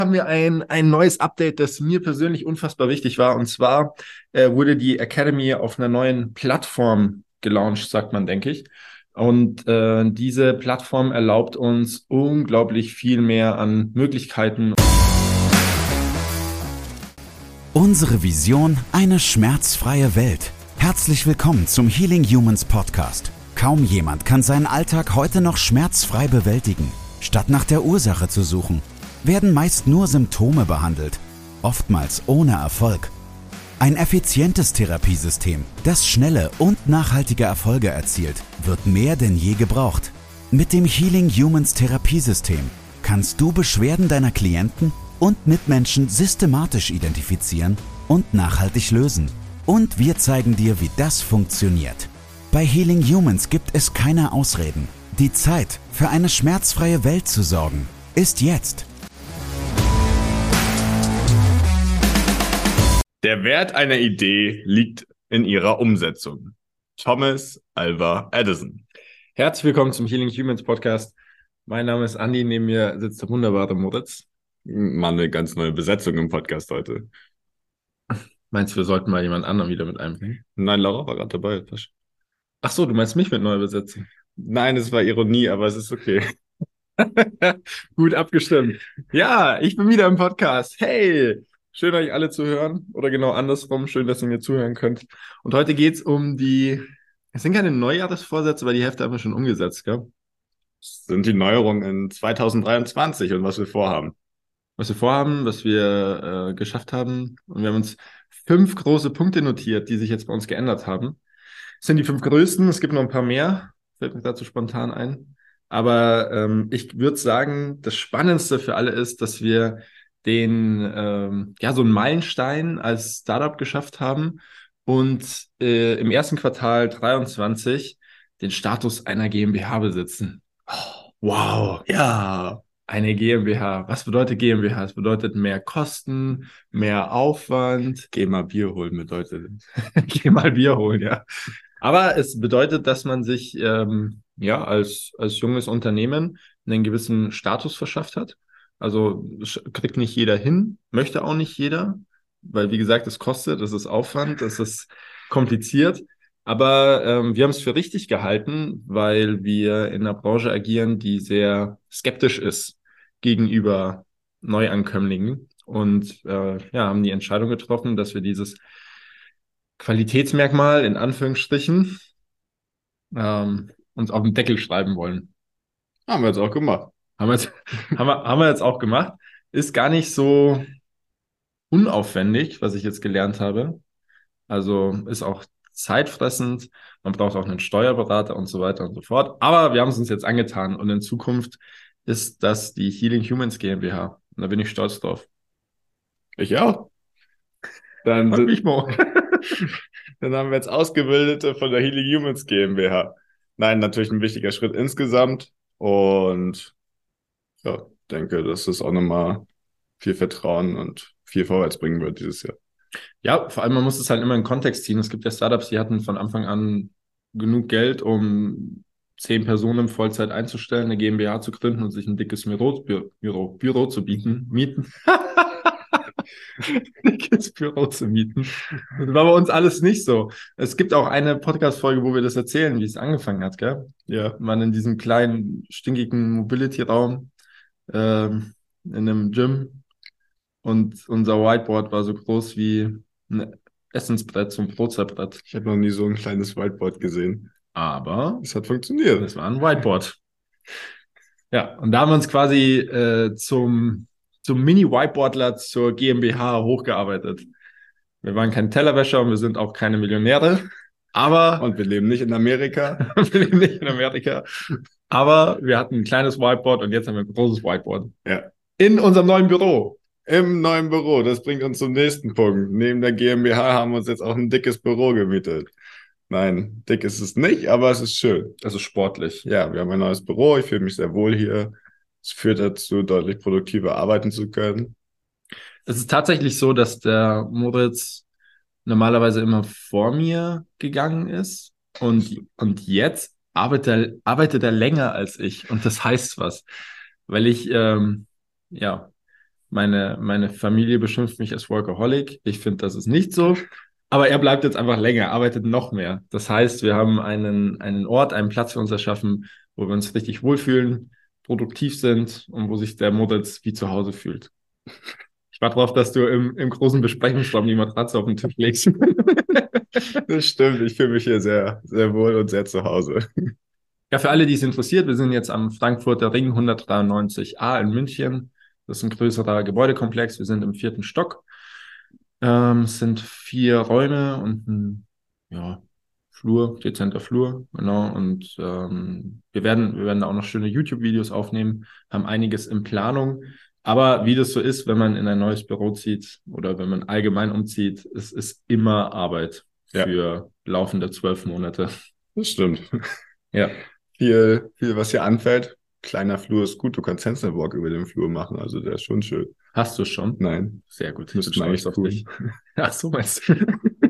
Haben wir ein neues Update, das mir persönlich unfassbar wichtig war. Und zwar wurde die Academy auf einer neuen Plattform gelauncht, sagt man, denke ich. Und diese Plattform erlaubt uns unglaublich viel mehr an Möglichkeiten. Unsere Vision: eine schmerzfreie Welt. Herzlich willkommen zum Healing Humans Podcast. Kaum jemand kann seinen Alltag heute noch schmerzfrei bewältigen. Statt nach der Ursache zu suchen, werden meist nur Symptome behandelt, oftmals ohne Erfolg. Ein effizientes Therapiesystem, das schnelle und nachhaltige Erfolge erzielt, wird mehr denn je gebraucht. Mit dem Healing Humans Therapiesystem kannst du Beschwerden deiner Klienten und Mitmenschen systematisch identifizieren und nachhaltig lösen. Und wir zeigen dir, wie das funktioniert. Bei Healing Humans gibt es keine Ausreden. Die Zeit, für eine schmerzfreie Welt zu sorgen, ist jetzt. Der Wert einer Idee liegt in ihrer Umsetzung. Thomas Alva Edison. Herzlich willkommen zum Healing Humans Podcast. Mein Name ist Andi, neben mir sitzt der wunderbare Moritz. Mal eine ganz neue Besetzung im Podcast heute. Meinst du, wir sollten mal jemand anderen wieder mit einbringen? Nein, Laura war gerade dabei. Ach so, du meinst mich mit neuer Besetzung? Nein, es war Ironie, aber es ist okay. Gut abgestimmt. Ja, ich bin wieder im Podcast. Hey, schön euch alle zu hören. Oder genau andersrum, schön, dass ihr mir zuhören könnt. Und heute geht's um es sind keine Neujahresvorsätze, weil die Hälfte haben wir schon umgesetzt, gell? Das sind die Neuerungen in 2023 und was wir vorhaben. Was wir vorhaben, was wir geschafft haben. Und wir haben uns 5 große Punkte notiert, die sich jetzt bei uns geändert haben. Das sind die 5 größten. Es gibt noch ein paar mehr. Fällt mir dazu spontan ein. Aber ich würde sagen, das Spannendste für alle ist, dass wir so einen Meilenstein als Startup geschafft haben und im ersten Quartal 23 den Status einer GmbH besitzen. Oh, wow, ja. Eine GmbH. Was bedeutet GmbH? Es bedeutet mehr Kosten, mehr Aufwand. Geh mal Bier holen bedeutet. Geh mal Bier holen, ja. Aber es bedeutet, dass man sich als junges Unternehmen einen gewissen Status verschafft hat. Also kriegt nicht jeder hin, möchte auch nicht jeder, weil wie gesagt, es kostet, es ist Aufwand, es ist kompliziert. Aber wir haben es für richtig gehalten, weil wir in einer Branche agieren, die sehr skeptisch ist gegenüber Neuankömmlingen und haben die Entscheidung getroffen, dass wir dieses Qualitätsmerkmal in Anführungsstrichen uns auf den Deckel schreiben wollen. Haben wir jetzt auch gemacht. Haben wir jetzt auch gemacht. Ist gar nicht so unaufwendig, was ich jetzt gelernt habe. Also ist auch zeitfressend. Man braucht auch einen Steuerberater und so weiter und so fort. Aber wir haben es uns jetzt angetan und in Zukunft ist das die Healing Humans GmbH. Und da bin ich stolz drauf. Ich auch. Dann haben wir jetzt Ausgebildete von der Healing Humans GmbH. Nein, natürlich ein wichtiger Schritt insgesamt. Und ja, denke, dass es auch nochmal viel Vertrauen und viel vorwärts bringen wird dieses Jahr. Ja, vor allem, man muss es halt immer in Kontext ziehen. Es gibt ja Startups, die hatten von Anfang an genug Geld, um 10 Personen in Vollzeit einzustellen, eine GmbH zu gründen und sich ein dickes Büro zu mieten. Dickes Büro zu mieten. Das war bei uns alles nicht so. Es gibt auch eine Podcast-Folge, wo wir das erzählen, wie es angefangen hat, gell? Ja, wir waren in diesem kleinen, stinkigen Mobility-Raum in einem Gym und unser Whiteboard war so groß wie ein Essensbrett, so ein Brotzeitbrett. Ich habe noch nie so ein kleines Whiteboard gesehen. Aber es hat funktioniert. Es war ein Whiteboard. Ja, und da haben wir uns quasi zum Mini-Whiteboardler zur GmbH hochgearbeitet. Wir waren kein Tellerwäscher und wir sind auch keine Millionäre. Und wir leben nicht in Amerika. Wir leben nicht in Amerika. Aber wir hatten ein kleines Whiteboard und jetzt haben wir ein großes Whiteboard. Ja. In unserem neuen Büro. Im neuen Büro. Das bringt uns zum nächsten Punkt. Neben der GmbH haben wir uns jetzt auch ein dickes Büro gemietet. Nein, dick ist es nicht, aber es ist schön. Es ist sportlich. Ja, wir haben ein neues Büro. Ich fühle mich sehr wohl hier. Es führt dazu, deutlich produktiver arbeiten zu können. Es ist tatsächlich so, dass der Moritz normalerweise immer vor mir gegangen ist und jetzt arbeitet er länger als ich und das heißt was, weil ich Meine Familie beschimpft mich als Workaholic. Ich finde, das ist nicht so. Aber er bleibt jetzt einfach länger, arbeitet noch mehr. Das heißt, wir haben einen Ort, einen Platz für uns erschaffen, wo wir uns richtig wohlfühlen, produktiv sind und wo sich der Moritz wie zu Hause fühlt. Ich warte darauf, dass du im großen Besprechungsraum die Matratze auf den Tisch legst. Das stimmt, ich fühle mich hier sehr, sehr wohl und sehr zu Hause. Ja, für alle, die es interessiert, wir sind jetzt am Frankfurter Ring 193a in München. Das ist ein größerer Gebäudekomplex. Wir sind im 4. Stock. Es sind 4 Räume und ein Flur, dezenter Flur, genau. Und wir werden da auch noch schöne YouTube-Videos aufnehmen, haben einiges in Planung. Aber wie das so ist, wenn man in ein neues Büro zieht oder wenn man allgemein umzieht, es ist immer Arbeit für laufende 12 Monate. Das stimmt. Ja. Viel, was hier anfällt. Kleiner Flur ist gut, du kannst Handstand Walk über den Flur machen, also der ist schon schön. Hast du schon? Nein. Sehr gut. Müssten wir eigentlich tun. Ach so, meinst du?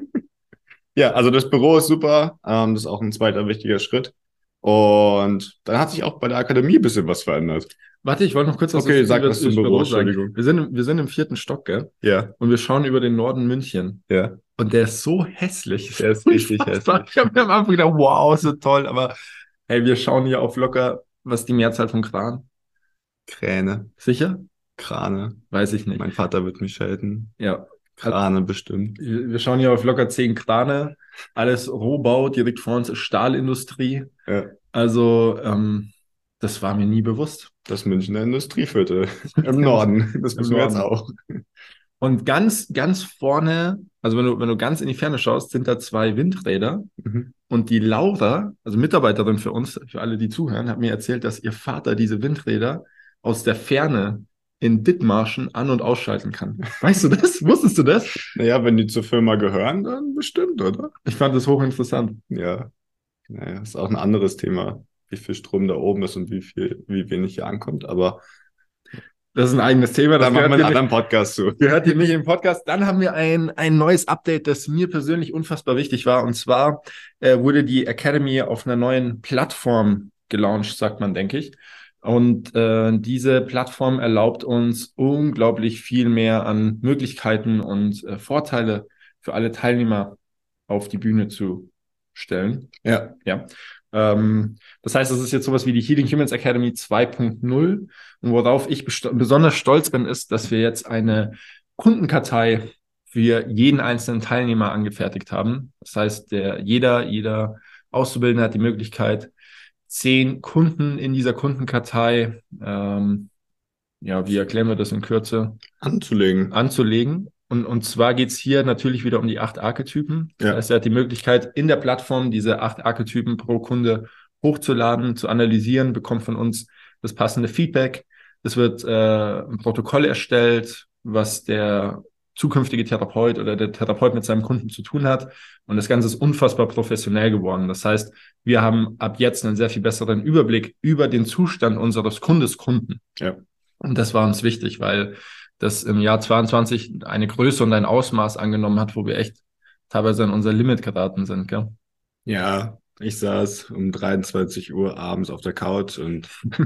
Ja, also das Büro ist super. Das ist auch ein zweiter wichtiger Schritt. Und dann hat sich auch bei der Akademie ein bisschen was verändert. Warte, ich wollte noch kurz sag was zum Büro sagen. Entschuldigung. Wir sind im 4. Stock, gell? Ja. Und wir schauen über den Norden München. Ja. Und der ist so hässlich. Der ist richtig hässlich. Ich habe mir am Anfang gedacht, wow, so toll. Aber hey, wir schauen hier auf locker, was ist die Mehrzahl von Kran? Kräne. Sicher? Krane. Weiß ich nicht. Mein Vater wird mich schelten. Ja. Krane bestimmt. Wir schauen hier auf locker 10 Krane. Alles Rohbau, direkt vor uns ist Stahlindustrie. Ja. Also, das war mir nie bewusst. Das Münchner Industrieviertel im Norden. Das müssen wir jetzt auch. Und ganz, ganz vorne, also wenn du ganz in die Ferne schaust, sind da 2 Windräder. Mhm. Und die Laura, also Mitarbeiterin für uns, für alle, die zuhören, hat mir erzählt, dass ihr Vater diese Windräder aus der Ferne in Dithmarschen an- und ausschalten kann. Weißt du das? Wusstest du das? Naja, wenn die zur Firma gehören, dann bestimmt, oder? Ich fand das hochinteressant. Ja. Naja, ist auch ein anderes Thema, wie viel Strom da oben ist und wie wenig hier ankommt, aber das ist ein eigenes Thema. Da machen wir einen anderen Podcast zu. Gehört ihr nicht im Podcast. Dann haben wir ein neues Update, das mir persönlich unfassbar wichtig war. Und zwar wurde die Academy auf einer neuen Plattform gelauncht, sagt man, denke ich. Und diese Plattform erlaubt uns unglaublich viel mehr an Möglichkeiten und Vorteile für alle Teilnehmer auf die Bühne zu stellen. Ja. Das heißt, es ist jetzt sowas wie die Healing Humans Academy 2.0. Und worauf ich besonders stolz bin, ist, dass wir jetzt eine Kundenkartei für jeden einzelnen Teilnehmer angefertigt haben. Das heißt, jeder Auszubildende hat die Möglichkeit, 10 Kunden in dieser Kundenkartei, wie erklären wir das in Kürze? Anzulegen. Und zwar geht's hier natürlich wieder um die 8 Archetypen. Das heißt, er hat die Möglichkeit, in der Plattform diese 8 Archetypen pro Kunde hochzuladen, zu analysieren, bekommt von uns das passende Feedback. Es wird ein Protokoll erstellt, was der zukünftige Therapeut oder der Therapeut mit seinem Kunden zu tun hat. Und das Ganze ist unfassbar professionell geworden. Das heißt, wir haben ab jetzt einen sehr viel besseren Überblick über den Zustand unseres Kunden. Ja. Und das war uns wichtig, weil das im Jahr 22 eine Größe und ein Ausmaß angenommen hat, wo wir echt teilweise an unser Limit geraten sind, gell? Ja, ich saß um 23 Uhr abends auf der Couch und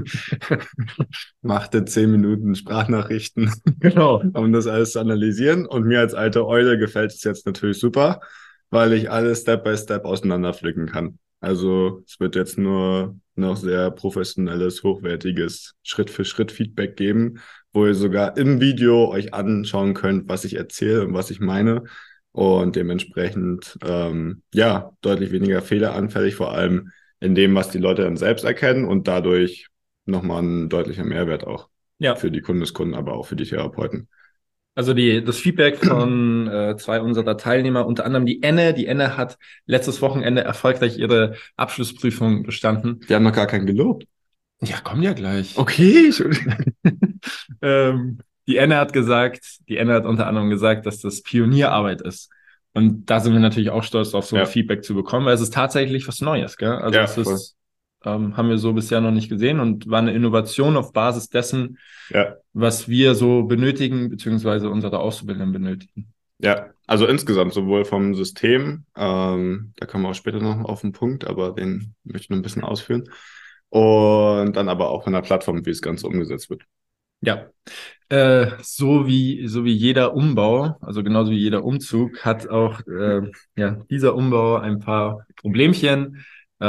machte 10 Minuten Sprachnachrichten, Genau, um das alles zu analysieren. Und mir als alte Eule gefällt es jetzt natürlich super, weil ich alles Step by Step auseinanderpflücken kann. Also es wird jetzt nur noch sehr professionelles, hochwertiges Schritt-für-Schritt-Feedback geben, wo ihr sogar im Video euch anschauen könnt, was ich erzähle und was ich meine. Und dementsprechend, deutlich weniger fehleranfällig, vor allem in dem, was die Leute dann selbst erkennen und dadurch nochmal ein deutlicher Mehrwert auch für die Kunden, aber auch für die Therapeuten. Also das Feedback von 2 unserer Teilnehmer, unter anderem die Enne. Die Enne hat letztes Wochenende erfolgreich ihre Abschlussprüfung bestanden. Wir haben noch gar keinen gelobt. Ja, kommen ja gleich. Okay. Die Enne hat unter anderem gesagt, dass das Pionierarbeit ist. Und da sind wir natürlich auch stolz drauf, so ein Feedback zu bekommen, weil es ist tatsächlich was Neues, gell? Also es ist, haben wir so bisher noch nicht gesehen und war eine Innovation auf Basis dessen, was wir so benötigen, beziehungsweise unsere Auszubildenden benötigen. Ja, also insgesamt sowohl vom System, da kommen wir auch später noch auf den Punkt, aber den möchte ich noch ein bisschen ausführen. Und dann aber auch von der Plattform, wie das Ganze umgesetzt wird. Ja, so wie jeder Umbau, also genauso wie jeder Umzug, hat auch dieser Umbau ein paar Problemchen.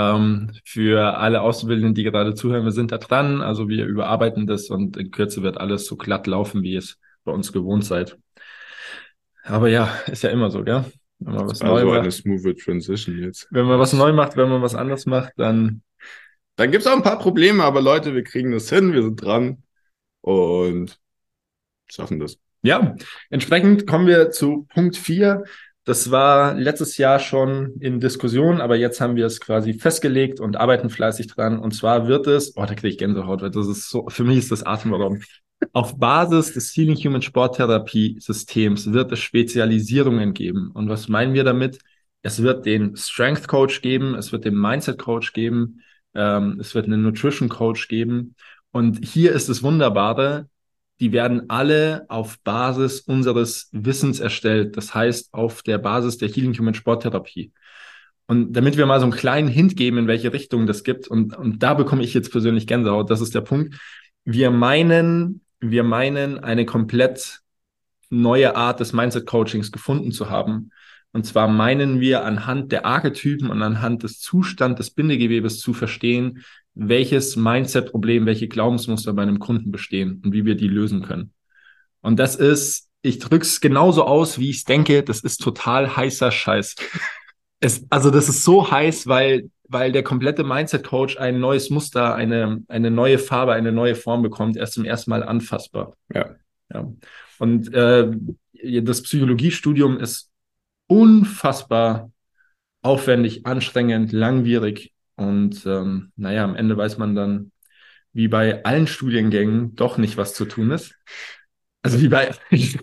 Für alle Auszubildenden, die gerade zuhören, wir sind da dran. Also wir überarbeiten das und in Kürze wird alles so glatt laufen, wie es bei uns gewohnt seid. Aber ja, ist ja immer so, gell? Wenn man was neu Also macht, eine smooth Transition jetzt. wenn man was neu macht, wenn man was anderes macht, dann Dann gibt es auch ein paar Probleme, aber Leute, wir kriegen das hin, wir sind dran und schaffen das. ja, entsprechend kommen wir zu Punkt 4. Das war letztes Jahr schon in Diskussion, aber jetzt haben wir es quasi festgelegt und arbeiten fleißig dran. Und zwar wird es, da kriege ich Gänsehaut, weil das ist so, für mich ist das atemberaubend. Auf Basis des Healing Human Sporttherapie Systems wird es Spezialisierungen geben. Und was meinen wir damit? Es wird den Strength Coach geben, es wird den Mindset Coach geben, es wird einen Nutrition Coach geben. Und hier ist das Wunderbare, die werden alle auf Basis unseres Wissens erstellt. Das heißt, auf der Basis der Healing Human Sporttherapie. Und damit wir mal so einen kleinen Hint geben, in welche Richtung das gibt, und da bekomme ich jetzt persönlich Gänsehaut, das ist der Punkt. Wir meinen, eine komplett neue Art des Mindset-Coachings gefunden zu haben. Und zwar meinen wir anhand der Archetypen und anhand des Zustands des Bindegewebes zu verstehen, welches Mindset-Problem, welche Glaubensmuster bei einem Kunden bestehen und wie wir die lösen können. Und das ist, ich drücke es genauso aus, wie ich es denke, das ist total heißer Scheiß. Also das ist so heiß, weil der komplette Mindset-Coach ein neues Muster, eine neue Farbe, eine neue Form bekommt, erst zum ersten Mal anfassbar. Ja. Und das Psychologiestudium ist unfassbar aufwendig, anstrengend, langwierig. Und am Ende weiß man dann, wie bei allen Studiengängen, doch nicht, was zu tun ist. Also wie bei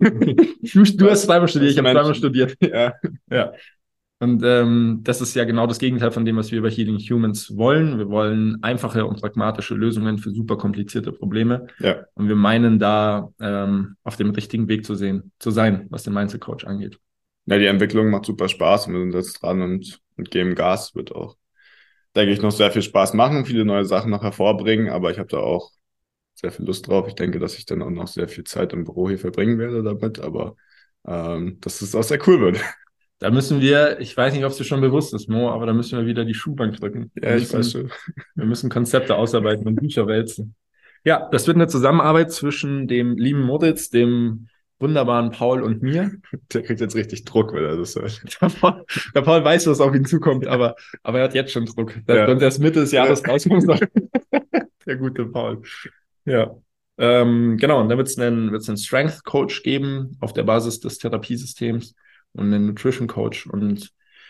du hast zweimal studiert, ich habe zweimal studiert. Ja. Und das ist ja genau das Gegenteil von dem, was wir bei Healing Humans wollen. Wir wollen einfache und pragmatische Lösungen für super komplizierte Probleme. Ja. Und wir meinen da auf dem richtigen Weg zu sein, was den Mindset Coach angeht. Ja, die Entwicklung macht super Spaß und wir sind jetzt dran und geben Gas. Wird auch, denke ich, noch sehr viel Spaß machen, viele neue Sachen noch hervorbringen, aber ich habe da auch sehr viel Lust drauf. Ich denke, dass ich dann auch noch sehr viel Zeit im Büro hier verbringen werde damit, aber dass es auch sehr cool wird. Da müssen wir, ich weiß nicht, ob es dir schon bewusst ist, Mo, aber da müssen wir wieder die Schuhbank drücken. Ja, ich weiß schon. Wir müssen Konzepte ausarbeiten und Bücher wälzen. Ja, das wird eine Zusammenarbeit zwischen dem lieben Moritz, dem wunderbaren Paul und mir. Der kriegt jetzt richtig Druck, wenn er das hört. Der Paul weiß, was auf ihn zukommt, aber er hat jetzt schon Druck. Wenn erst Mitte des Jahres rauskommen soll. Der gute Paul. Ja. Genau, und da wird es einen Strength Coach geben auf der Basis des Therapiesystems und einen Nutrition Coach. Und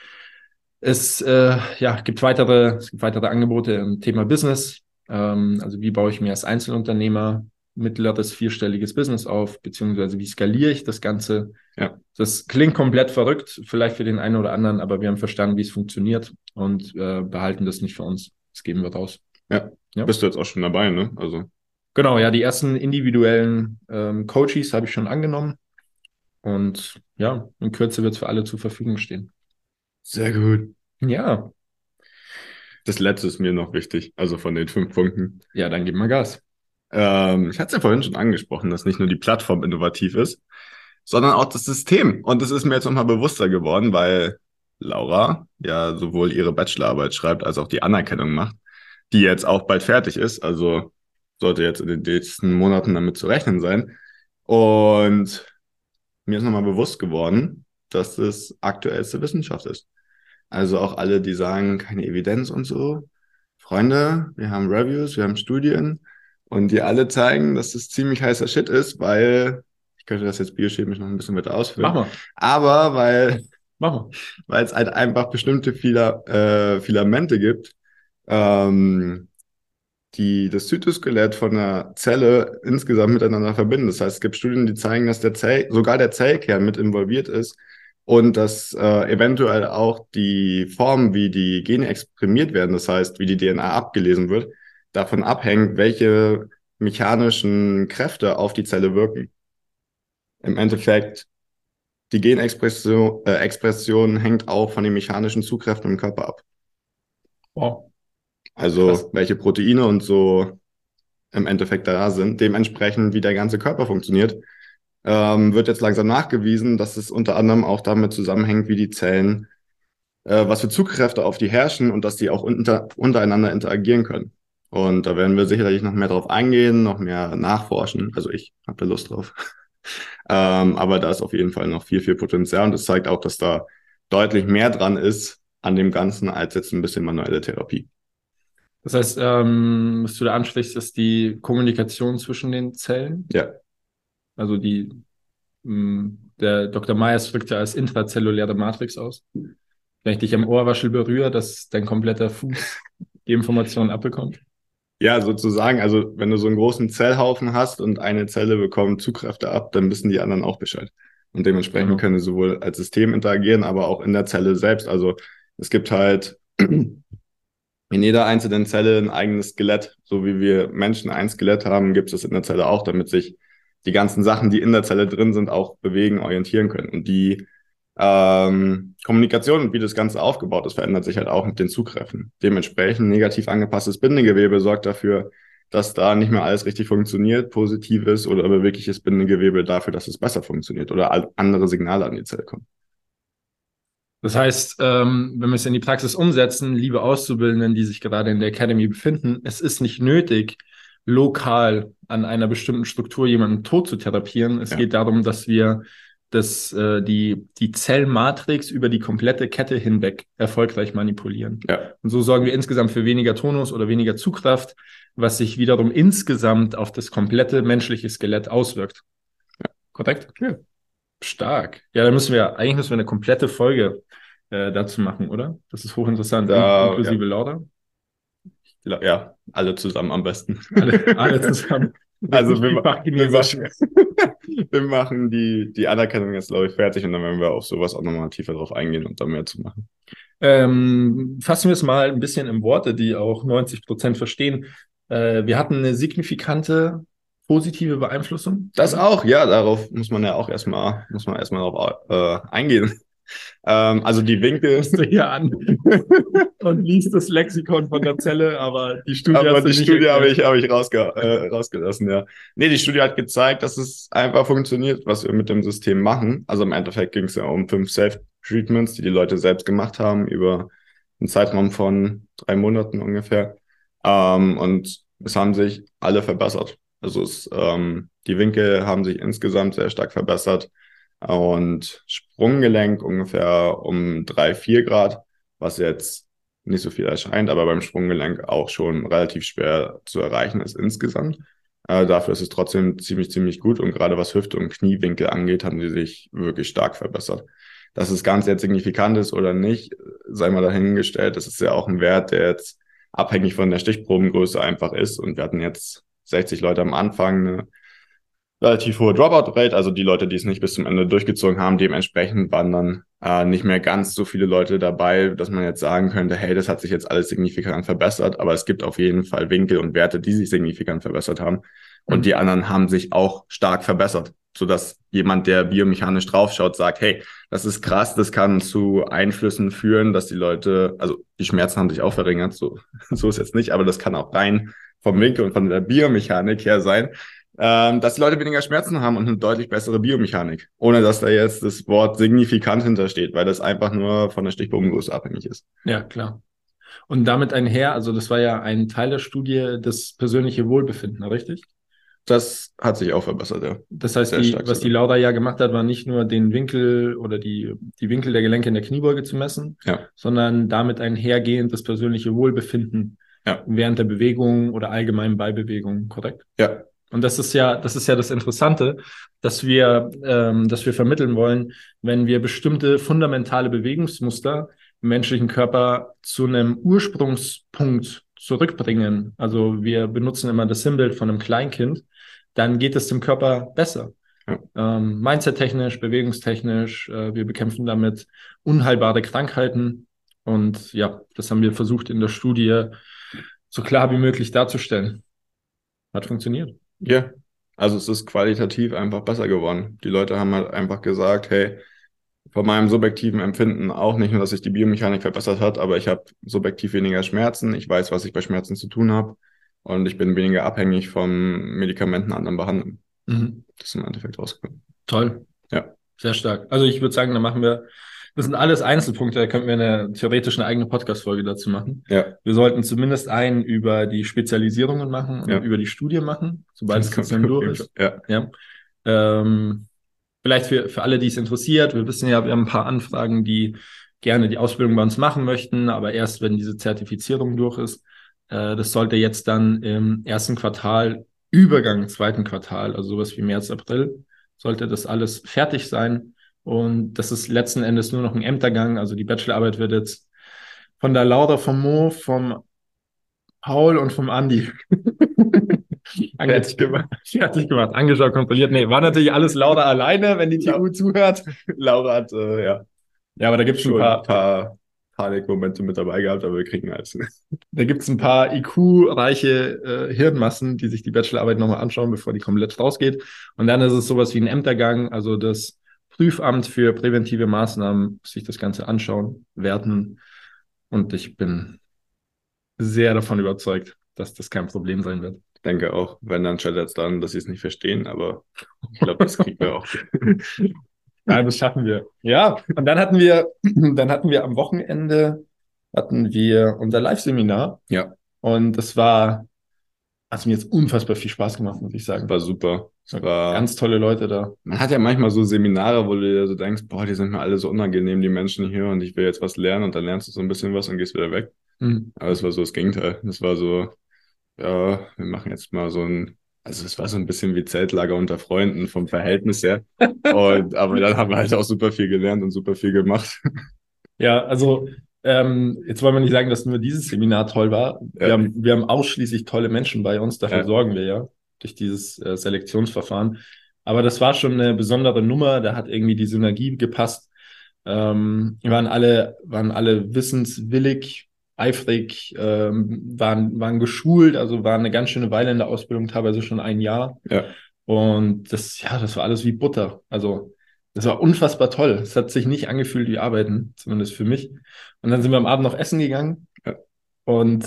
es gibt weitere Angebote im Thema Business. Also wie baue ich mir als Einzelunternehmer mittleres vierstelliges Business auf, beziehungsweise wie skaliere ich das Ganze? Ja. Das klingt komplett verrückt, vielleicht für den einen oder anderen, aber wir haben verstanden, wie es funktioniert und behalten das nicht für uns. Das geben wir raus. Ja. Bist du jetzt auch schon dabei, ne? Also. Genau, ja, die ersten individuellen Coaches habe ich schon angenommen. Und ja, in Kürze wird es für alle zur Verfügung stehen. Sehr gut. Ja. Das letzte ist mir noch wichtig, also von den 5 Punkten. Ja, dann gib mal Gas. Ich hatte es ja vorhin schon angesprochen, dass nicht nur die Plattform innovativ ist, sondern auch das System. Und das ist mir jetzt nochmal bewusster geworden, weil Laura ja sowohl ihre Bachelorarbeit schreibt, als auch die Anerkennung macht, die jetzt auch bald fertig ist. Also sollte jetzt in den nächsten Monaten damit zu rechnen sein. Und mir ist nochmal bewusst geworden, dass das aktuellste Wissenschaft ist. Also auch alle, die sagen, keine Evidenz und so. Freunde, wir haben Reviews, wir haben Studien und die alle zeigen, dass das ziemlich heißer Shit ist, weil, ich könnte das jetzt biochemisch noch ein bisschen weiter ausführen. Mach mal. Aber weil es halt einfach bestimmte Filamente gibt, die das Zytoskelett von der Zelle insgesamt miteinander verbinden. Das heißt, es gibt Studien, die zeigen, dass sogar der Zellkern mit involviert ist und dass eventuell auch die Form, wie die Gene exprimiert werden, das heißt, wie die DNA abgelesen wird, davon abhängt, welche mechanischen Kräfte auf die Zelle wirken. Im Endeffekt, die Genexpression hängt auch von den mechanischen Zugkräften im Körper ab. Wow. Also welche Proteine und so im Endeffekt da sind, dementsprechend wie der ganze Körper funktioniert, wird jetzt langsam nachgewiesen, dass es unter anderem auch damit zusammenhängt, wie die Zellen, was für Zugkräfte auf die herrschen und dass die auch untereinander interagieren können. Und da werden wir sicherlich noch mehr drauf eingehen, noch mehr nachforschen. Also ich habe da Lust drauf. Aber da ist auf jeden Fall noch viel, viel Potenzial und das zeigt auch, dass da deutlich mehr dran ist an dem Ganzen als jetzt ein bisschen manuelle Therapie. Das heißt, was du da ansprichst, ist die Kommunikation zwischen den Zellen. Ja. Also der Dr. Myers drückt ja als intrazelluläre Matrix aus. Wenn ich dich am Ohrwaschel berühre, dass dein kompletter Fuß die Informationen abbekommt. Ja, sozusagen. Also wenn du so einen großen Zellhaufen hast und eine Zelle bekommt Zugkräfte ab, dann wissen die anderen auch Bescheid. Und dementsprechend können sie sowohl als System interagieren, aber auch in der Zelle selbst. Also es gibt halt in jeder einzelnen Zelle ein eigenes Skelett. So wie wir Menschen ein Skelett haben, gibt es das in der Zelle auch, damit sich die ganzen Sachen, die in der Zelle drin sind, auch bewegen, orientieren können. Und die Kommunikation und wie das Ganze aufgebaut ist, verändert sich halt auch mit den Zugkräften. Dementsprechend negativ angepasstes Bindegewebe sorgt dafür, dass da nicht mehr alles richtig funktioniert, positiv ist oder bewegliches Bindegewebe dafür, dass es besser funktioniert oder andere Signale an die Zelle kommen. Das heißt, wenn wir es in die Praxis umsetzen, liebe Auszubildenden, die sich gerade in der Academy befinden, es ist nicht nötig, lokal an einer bestimmten Struktur jemanden tot zu therapieren. Es geht darum, dass wir die Zellmatrix über die komplette Kette hinweg erfolgreich manipulieren. Ja. Und so sorgen wir insgesamt für weniger Tonus oder weniger Zugkraft, was sich wiederum insgesamt auf das komplette menschliche Skelett auswirkt. Ja. Korrekt? Ja. Stark. Ja, dann müssen wir eine komplette Folge dazu machen, oder? Das ist hochinteressant, inklusive Laura. Ja, alle zusammen am besten. Alle zusammen. Also wir machen die Anerkennung jetzt, glaube ich, fertig und dann werden wir auf sowas auch nochmal tiefer drauf eingehen und da mehr zu machen. Fassen wir es mal ein bisschen in Worte, die auch 90% verstehen. Wir hatten eine signifikante positive Beeinflussung. Das auch, ja, darauf muss man erstmal drauf eingehen. Also die Winkel. Bist du hier an und liest das Lexikon von der Zelle, aber die Studie habe ich rausgelassen, ja. Nee, die Studie hat gezeigt, dass es einfach funktioniert, was wir mit dem System machen. Also im Endeffekt ging es ja um 5 Self-Treatments, die Leute selbst gemacht haben, über einen Zeitraum von 3 Monaten ungefähr. Und es haben sich alle verbessert. Also die Winkel haben sich insgesamt sehr stark verbessert. Und Sprunggelenk ungefähr um 3-4 Grad, was jetzt nicht so viel erscheint, aber beim Sprunggelenk auch schon relativ schwer zu erreichen ist insgesamt. Dafür ist es trotzdem ziemlich gut und gerade was Hüfte- und Kniewinkel angeht, haben sie sich wirklich stark verbessert. Dass das Ganze jetzt signifikant ist oder nicht, sei mal dahingestellt. Das ist ja auch ein Wert, der jetzt abhängig von der Stichprobengröße einfach ist und wir hatten jetzt 60 Leute am Anfang, eine relativ hohe Dropout-Rate, also die Leute, die es nicht bis zum Ende durchgezogen haben, dementsprechend waren dann nicht mehr ganz so viele Leute dabei, dass man jetzt sagen könnte, hey, das hat sich jetzt alles signifikant verbessert, aber es gibt auf jeden Fall Winkel und Werte, die sich signifikant verbessert haben und die anderen haben sich auch stark verbessert, sodass jemand, der biomechanisch draufschaut, sagt, hey, das ist krass, das kann zu Einflüssen führen, dass die Leute, also die Schmerzen haben sich auch verringert, so ist jetzt nicht, aber das kann auch rein vom Winkel und von der Biomechanik her sein, dass die Leute weniger Schmerzen haben und eine deutlich bessere Biomechanik, ohne dass da jetzt das Wort signifikant hintersteht, weil das einfach nur von der Stichprobengröße abhängig ist. Ja, klar. Und damit einher, also das war ja ein Teil der Studie, das persönliche Wohlbefinden, richtig? Das hat sich auch verbessert, ja. Das heißt, was die Laura ja gemacht hat, war nicht nur den Winkel oder die Winkel der Gelenke in der Kniebeuge zu messen, sondern damit einhergehend das persönliche Wohlbefinden während der Bewegung oder allgemein bei Bewegung, korrekt? Ja. Und das ist ja das Interessante, dass wir vermitteln wollen, wenn wir bestimmte fundamentale Bewegungsmuster im menschlichen Körper zu einem Ursprungspunkt zurückbringen. Also wir benutzen immer das Sinnbild von einem Kleinkind, dann geht es dem Körper besser. Ja. Mindset-technisch, bewegungstechnisch, wir bekämpfen damit unheilbare Krankheiten. Und ja, das haben wir versucht in der Studie so klar wie möglich darzustellen. Hat funktioniert. Ja, also es ist qualitativ einfach besser geworden. Die Leute haben halt einfach gesagt, hey, von meinem subjektiven Empfinden auch nicht nur, dass sich die Biomechanik verbessert hat, aber ich habe subjektiv weniger Schmerzen. Ich weiß, was ich bei Schmerzen zu tun habe. und ich bin weniger abhängig von Medikamenten anderen behandeln. Das ist im Endeffekt rausgekommen. Toll. Ja. Sehr stark. Also ich würde sagen, das sind alles Einzelpunkte, da könnten wir theoretisch eine eigene Podcast-Folge dazu machen. Ja. Wir sollten zumindest einen über die Spezialisierungen machen und über die Studien machen, sobald es dann durch ist. Ja. Vielleicht für alle, die es interessiert, wir wissen ja, wir haben ein paar Anfragen, die gerne die Ausbildung bei uns machen möchten, aber erst, wenn diese Zertifizierung durch ist. Das sollte jetzt dann im ersten Quartal, Übergang zweiten Quartal, also sowas wie März, April, sollte das alles fertig sein. Und das ist letzten Endes nur noch ein Ämtergang. Also die Bachelorarbeit wird jetzt von der Laura, vom Mo, vom Paul und vom Andi fertig gemacht, angeschaut, kontrolliert. Nee, war natürlich alles Laura alleine, wenn die TU zuhört. Laura hat, ja, aber da gibt es schon ein paar Panikmomente mit dabei gehabt, aber wir kriegen alles. Da gibt es ein paar IQ-reiche Hirnmassen, die sich die Bachelorarbeit nochmal anschauen, bevor die komplett rausgeht. Und dann ist es sowas wie ein Ämtergang, also das Prüfamt für präventive Maßnahmen, sich das Ganze anschauen, werten. Und ich bin sehr davon überzeugt, dass das kein Problem sein wird. Ich denke auch, wenn dann scheitert es dann, dass sie es nicht verstehen, aber ich glaube, das kriegen wir auch. Ja, das schaffen wir. Ja, und dann hatten wir am Wochenende unser Live-Seminar. Ja. Und hat mir jetzt unfassbar viel Spaß gemacht, muss ich sagen. War super. Es war ganz tolle Leute da. Man hat ja manchmal so Seminare, wo du dir so denkst, boah, die sind mir alle so unangenehm, die Menschen hier, und ich will jetzt was lernen, und dann lernst du so ein bisschen was und gehst wieder weg. Aber es war so das Gegenteil. Das war so, ja, wir machen jetzt mal also es war so ein bisschen wie Zeltlager unter Freunden vom Verhältnis her. Aber dann haben wir halt auch super viel gelernt und super viel gemacht. Ja, also jetzt wollen wir nicht sagen, dass nur dieses Seminar toll war. Ja. Wir haben ausschließlich tolle Menschen bei uns, dafür sorgen wir ja durch dieses Selektionsverfahren. Aber das war schon eine besondere Nummer, da hat irgendwie die Synergie gepasst. Waren alle wissenswillig, eifrig, waren geschult, also waren eine ganz schöne Weile in der Ausbildung, teilweise schon ein Jahr. Ja. Und das war alles wie Butter. Also das war unfassbar toll. Es hat sich nicht angefühlt wie Arbeiten, zumindest für mich. Und dann sind wir am Abend noch essen gegangen. Ja. Und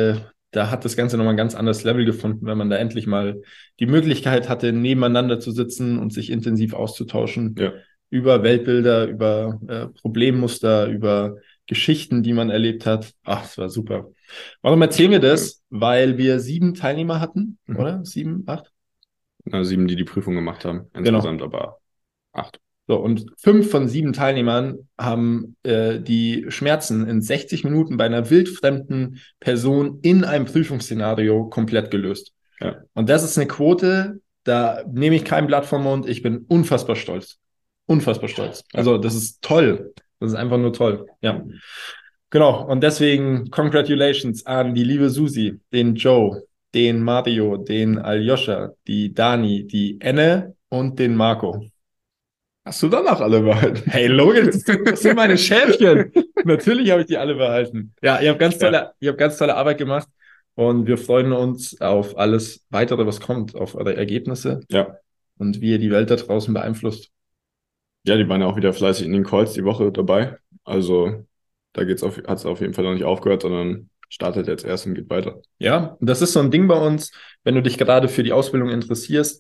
da hat das Ganze nochmal ein ganz anderes Level gefunden, wenn man da endlich mal die Möglichkeit hatte, nebeneinander zu sitzen und sich intensiv auszutauschen. Ja. Über Weltbilder, über Problemmuster, über Geschichten, die man erlebt hat. Ach, das war super. Warum erzählen wir das? Weil wir 7 Teilnehmer hatten, oder? 7, 8? 7, die Prüfung gemacht haben. Insgesamt aber 8. So, und 5 von 7 Teilnehmern haben die Schmerzen in 60 Minuten bei einer wildfremden Person in einem Prüfungsszenario komplett gelöst. Ja. Und das ist eine Quote, da nehme ich kein Blatt vom Mund. Ich bin unfassbar stolz. Unfassbar stolz. Also das ist toll. Das ist einfach nur toll. Ja. Genau. Und deswegen Congratulations an die liebe Susi, den Joe, den Mario, den Aljoscha, die Dani, die Enne und den Marco. Hast du danach alle behalten? Hey, logisch, das sind meine Schäfchen. Natürlich habe ich die alle behalten. Ja, ihr habt ganz tolle Arbeit gemacht, und wir freuen uns auf alles Weitere, was kommt, auf eure Ergebnisse. Ja. Und wie ihr die Welt da draußen beeinflusst. Ja, die waren ja auch wieder fleißig in den Calls die Woche dabei. Also da hat es auf jeden Fall noch nicht aufgehört, sondern startet jetzt erst und geht weiter. Ja, das ist so ein Ding bei uns, wenn du dich gerade für die Ausbildung interessierst.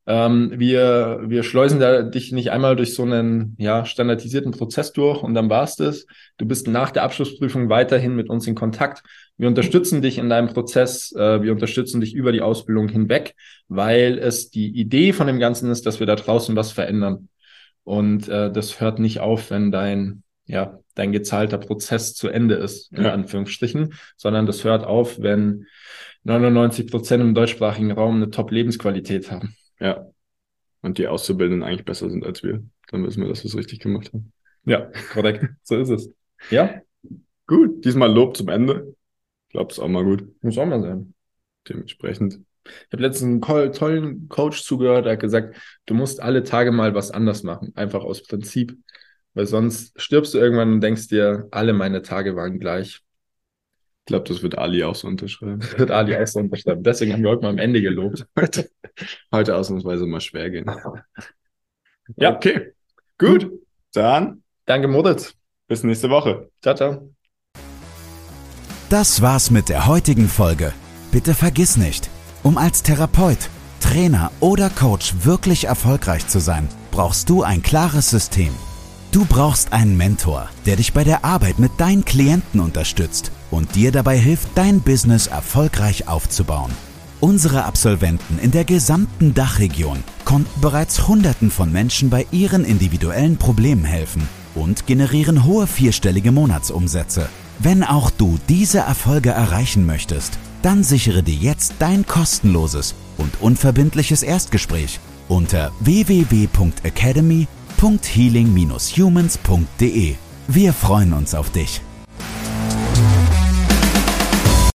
Wir schleusen dich nicht einmal durch so einen standardisierten Prozess durch und dann war's das. Du bist nach der Abschlussprüfung weiterhin mit uns in Kontakt. Wir unterstützen dich in deinem Prozess, wir unterstützen dich über die Ausbildung hinweg, weil es die Idee von dem Ganzen ist, dass wir da draußen was verändern. Und das hört nicht auf, wenn dein gezahlter Prozess zu Ende ist, in Anführungsstrichen, sondern das hört auf, wenn 99% im deutschsprachigen Raum eine Top-Lebensqualität haben. Ja. Und die Auszubildenden eigentlich besser sind als wir. Dann wissen wir, dass wir es richtig gemacht haben. Ja, korrekt. So ist es. Ja. Gut. Diesmal Lob zum Ende. Ich glaube, es ist auch mal gut. Muss auch mal sein. Dementsprechend. Ich habe letztens einen tollen Coach zugehört, der hat gesagt, du musst alle Tage mal was anders machen. Einfach aus Prinzip. Weil sonst stirbst du irgendwann und denkst dir, alle meine Tage waren gleich. Ich glaube, das wird Ali auch so unterschreiben. Deswegen haben wir heute mal am Ende gelobt. Heute ausnahmsweise mal schwer gehen. Ja. Okay. Gut. Dann. Danke, Moritz. Bis nächste Woche. Ciao, ciao. Das war's mit der heutigen Folge. Bitte vergiss nicht, um als Therapeut, Trainer oder Coach wirklich erfolgreich zu sein, brauchst du ein klares System. Du brauchst einen Mentor, der dich bei der Arbeit mit deinen Klienten unterstützt und dir dabei hilft, dein Business erfolgreich aufzubauen. Unsere Absolventen in der gesamten Dachregion konnten bereits Hunderten von Menschen bei ihren individuellen Problemen helfen und generieren hohe vierstellige Monatsumsätze. Wenn auch du diese Erfolge erreichen möchtest, dann sichere dir jetzt dein kostenloses und unverbindliches Erstgespräch unter www.academy.healing-humans.de. Wir freuen uns auf dich.